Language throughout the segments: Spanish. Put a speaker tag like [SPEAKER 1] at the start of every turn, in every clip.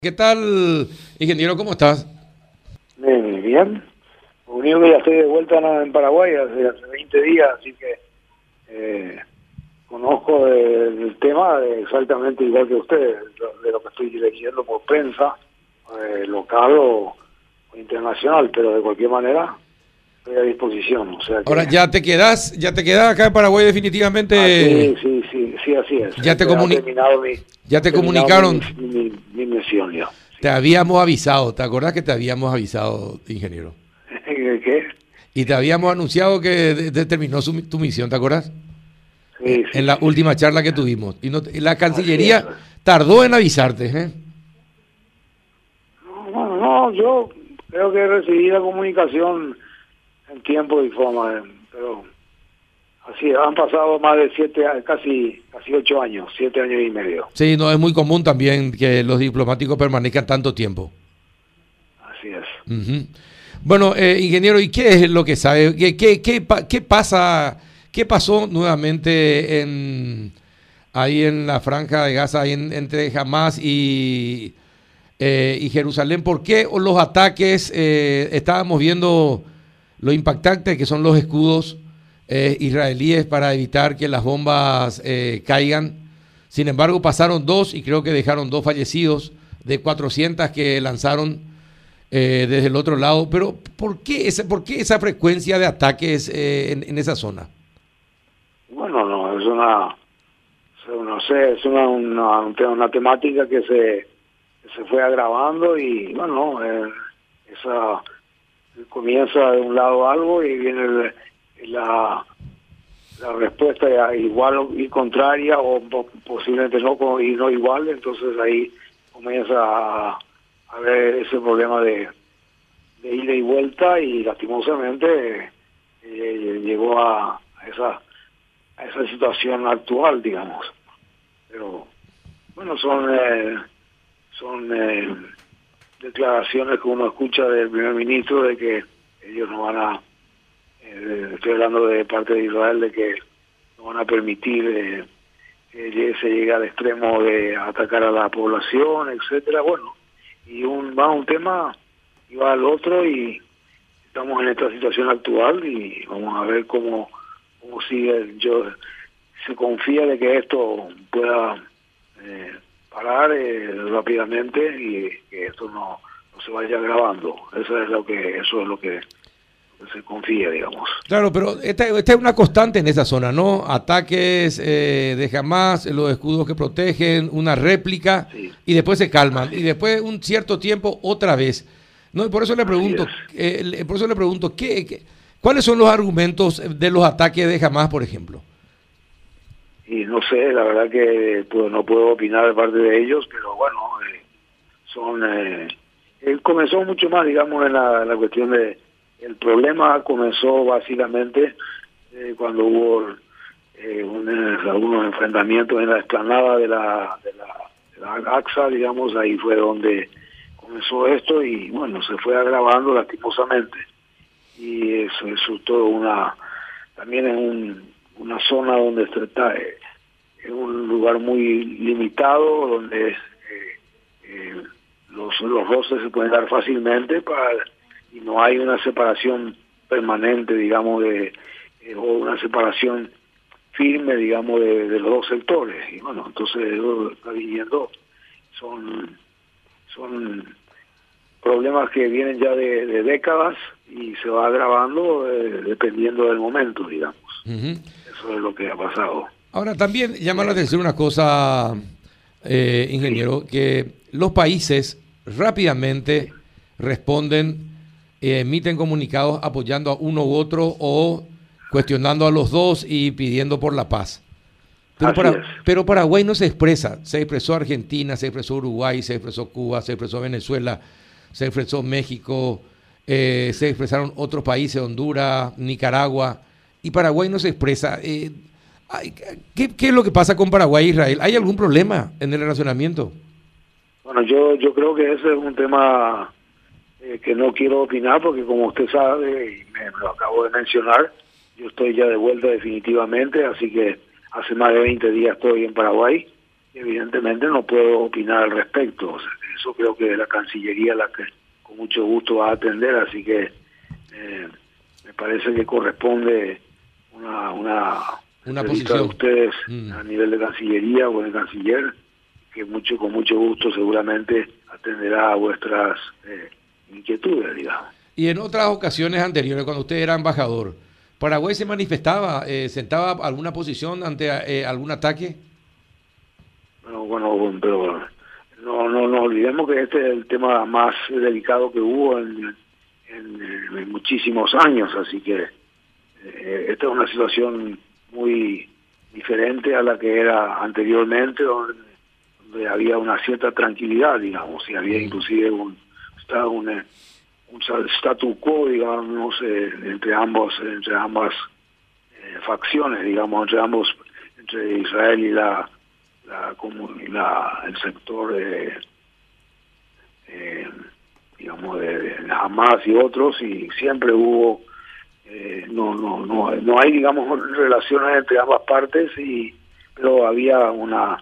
[SPEAKER 1] ¿Qué tal, ingeniero? ¿Cómo estás?
[SPEAKER 2] Bien. Lo único que ya estoy de vuelta en Paraguay hace 20 días, así que conozco el tema exactamente igual que ustedes, de lo que estoy leyendo por prensa, local o internacional, pero de cualquier manera estoy a disposición. O sea que,
[SPEAKER 1] Ahora, ¿ya te quedas acá en Paraguay definitivamente?
[SPEAKER 2] sí, así es.
[SPEAKER 1] Ya te
[SPEAKER 2] Ha terminado
[SPEAKER 1] comunicaron,
[SPEAKER 2] mi misión ya.
[SPEAKER 1] te habíamos avisado, ¿te acordás que te habíamos avisado, ingeniero?
[SPEAKER 2] ¿Qué?
[SPEAKER 1] Y te habíamos anunciado que terminó tu misión, ¿te acordás?
[SPEAKER 2] Sí,
[SPEAKER 1] En la
[SPEAKER 2] sí.
[SPEAKER 1] última charla que tuvimos. Y la
[SPEAKER 2] Así es.
[SPEAKER 1] Cancillería tardó en avisarte, ¿eh?
[SPEAKER 2] No, yo creo que recibí la comunicación en tiempo y forma, pero así han pasado más de 7, casi 8 años, 7 años y medio.
[SPEAKER 1] Sí, no es muy común también que los diplomáticos permanezcan tanto tiempo.
[SPEAKER 2] Así es.
[SPEAKER 1] Ujú. Bueno, ingeniero, ¿y qué es lo que sabe? ¿Qué pasa? ¿Qué pasó nuevamente ahí en la Franja de Gaza, ahí entre Hamas y Jerusalén? ¿Por qué los ataques? Estábamos viendo lo impactante que son los escudos israelíes para evitar que las bombas caigan. Sin embargo, pasaron dos y creo que dejaron dos fallecidos de 400 que lanzaron desde el otro lado. Pero ¿por qué esa frecuencia de ataques en esa zona?
[SPEAKER 2] Bueno, no, no sé, es una temática que se fue agravando y bueno, esa comienza de un lado algo y viene la respuesta igual y contraria o posiblemente no igual, entonces ahí comienza a haber ese problema de ida y vuelta y lastimosamente llegó a esa situación actual, digamos. Pero bueno, son declaraciones que uno escucha del primer ministro de que ellos no van a estoy hablando de parte de Israel, de que no van a permitir que se llegue al extremo de atacar a la población, etcétera. Bueno, y va un tema y va al otro y estamos en esta situación actual y vamos a ver cómo sigue. Se confía de que esto pueda parar rápidamente y que esto no se vaya agravando. Eso es lo que se confía, digamos.
[SPEAKER 1] Claro, pero esta es una constante en esa zona, ¿no? Ataques de Hamas, los escudos que protegen, una réplica
[SPEAKER 2] Sí,
[SPEAKER 1] y después se calman.
[SPEAKER 2] así,
[SPEAKER 1] Y después un cierto tiempo otra vez. No, y por eso le
[SPEAKER 2] así
[SPEAKER 1] pregunto,
[SPEAKER 2] es.
[SPEAKER 1] ¿cuáles son los argumentos de los ataques de Hamas, por ejemplo?
[SPEAKER 2] Y no sé, la verdad que no puedo opinar de parte de ellos, pero bueno, comenzó mucho más, digamos, en la cuestión de el problema comenzó básicamente cuando hubo algunos enfrentamientos en la explanada de la AXA, digamos, ahí fue donde comenzó esto y bueno, se fue agravando lastimosamente. Y eso es todo también en una zona donde está en un lugar muy limitado, donde los roces se pueden dar fácilmente y no hay una separación permanente, digamos, o una separación firme, digamos, de los dos sectores. Y bueno, entonces lo que está viniendo son problemas que vienen ya de décadas y se va agravando dependiendo del momento, digamos.
[SPEAKER 1] Ujú.
[SPEAKER 2] Eso es lo que ha pasado.
[SPEAKER 1] Ahora, también llama la atención una cosa,
[SPEAKER 2] Sí,
[SPEAKER 1] ingeniero, que los países rápidamente responden, emiten comunicados apoyando a uno u otro o cuestionando a los dos y pidiendo por la paz.
[SPEAKER 2] así es.
[SPEAKER 1] Pero Paraguay no se expresa. Se expresó Argentina, se expresó Uruguay, se expresó Cuba, se expresó Venezuela, se expresó México, se expresaron otros países, Honduras, Nicaragua, y Paraguay no se expresa. ¿Qué es lo que pasa con Paraguay e Israel? ¿Hay algún problema en el relacionamiento?
[SPEAKER 2] Bueno, yo creo que ese es un tema que no quiero opinar porque como usted sabe, y me lo acabo de mencionar, yo estoy ya de vuelta definitivamente, así que hace más de 20 días estoy en Paraguay y evidentemente no puedo opinar al respecto. O sea, eso creo que es la Cancillería la que con mucho gusto va a atender, así que me parece que corresponde una entrevista de
[SPEAKER 1] posición.
[SPEAKER 2] ustedes a nivel de Cancillería o del canciller, que con mucho gusto seguramente atenderá a vuestras inquietudes, digamos.
[SPEAKER 1] Y en otras ocasiones anteriores, cuando usted era embajador, ¿Paraguay se manifestaba, sentaba alguna posición ante algún ataque?
[SPEAKER 2] Bueno, pero no olvidemos que este es el tema más delicado que hubo en muchísimos años, así que esta es una situación muy diferente a la que era anteriormente, donde había una cierta tranquilidad, digamos, y había inclusive un statu quo, digamos, entre ambas facciones, digamos, entre Israel y el sector digamos de Hamas y otros, y siempre hubo no hay, digamos, relaciones entre ambas partes, pero había una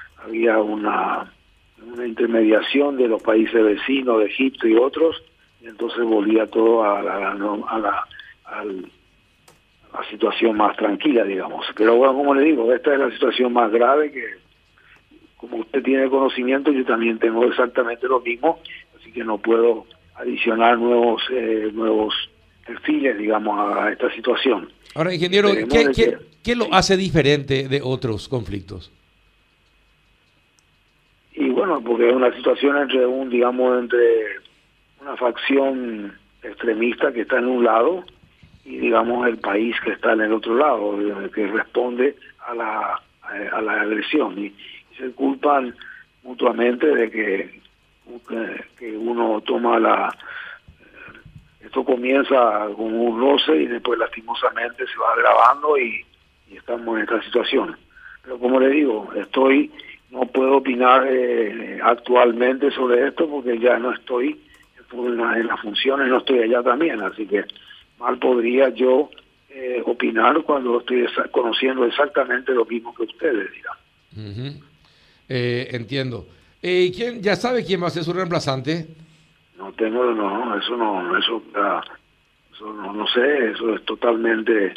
[SPEAKER 2] intermediación de los países vecinos, de Egipto y otros, y entonces volvía todo a la situación más tranquila, digamos. Pero bueno, como le digo, esta es la situación más grave que, como usted tiene conocimiento, yo también tengo exactamente lo mismo, así que no puedo adicionar nuevos perfiles, digamos, a esta situación.
[SPEAKER 1] Ahora, ingeniero, ¿qué lo hace diferente de otros conflictos?
[SPEAKER 2] Y bueno, porque es una situación entre una facción extremista que está en un lado y, digamos, el país que está en el otro lado, que responde a la agresión. Y se culpan mutuamente de que uno toma esto comienza con un roce y después lastimosamente se va agravando y estamos en esta situación. Pero como le digo, no puedo opinar actualmente sobre esto porque ya no estoy en las funciones, no estoy allá también, así que mal podría yo opinar cuando estoy conociendo exactamente lo mismo que ustedes, digamos.
[SPEAKER 1] Entiendo. ¿Ya sabe quién va a ser su reemplazante?
[SPEAKER 2] No sé, eso es totalmente,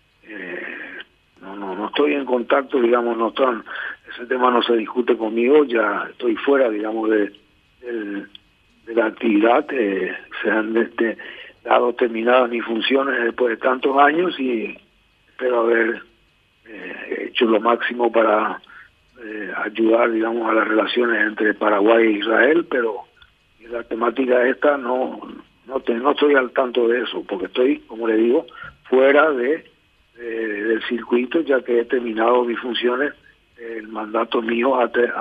[SPEAKER 2] no estoy en contacto, digamos, ese tema no se discute conmigo, ya estoy fuera, digamos, de la actividad, se han dado terminadas mis funciones después de tantos años y espero haber hecho lo máximo para ayudar, digamos, a las relaciones entre Paraguay e Israel, pero la temática esta no estoy al tanto de eso, porque estoy, como le digo, fuera del circuito, ya que he terminado mis funciones, el mandato mío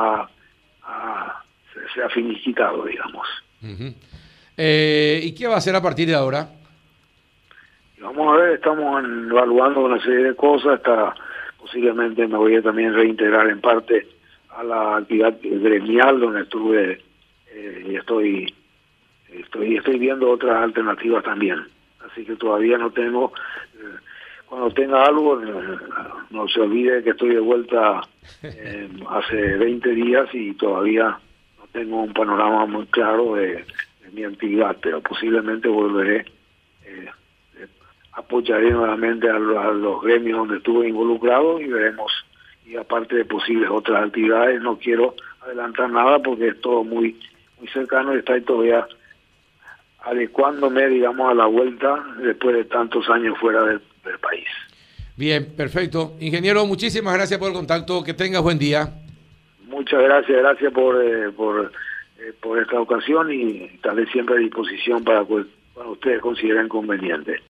[SPEAKER 2] se ha finiquitado, digamos.
[SPEAKER 1] ¿Y qué va a hacer a partir de ahora?
[SPEAKER 2] Vamos a ver, estamos evaluando una serie de cosas, posiblemente me voy a también reintegrar en parte a la actividad gremial donde estuve y estoy viendo otras alternativas también. Así que todavía no tengo, cuando tenga algo, no se olvide que estoy de vuelta hace 20 días y todavía no tengo un panorama muy claro de mi actividad, pero posiblemente volveré, apoyaré nuevamente a los gremios donde estuve involucrado y veremos, y aparte de posibles otras actividades, no quiero adelantar nada porque es todo muy cercano y está todavía adecuándome, digamos, a la vuelta después de tantos años fuera del país.
[SPEAKER 1] Bien, perfecto. Ingeniero, muchísimas gracias por el contacto. Que tengas buen día.
[SPEAKER 2] Muchas gracias por esta ocasión y estaré siempre a disposición para cuando ustedes consideren conveniente.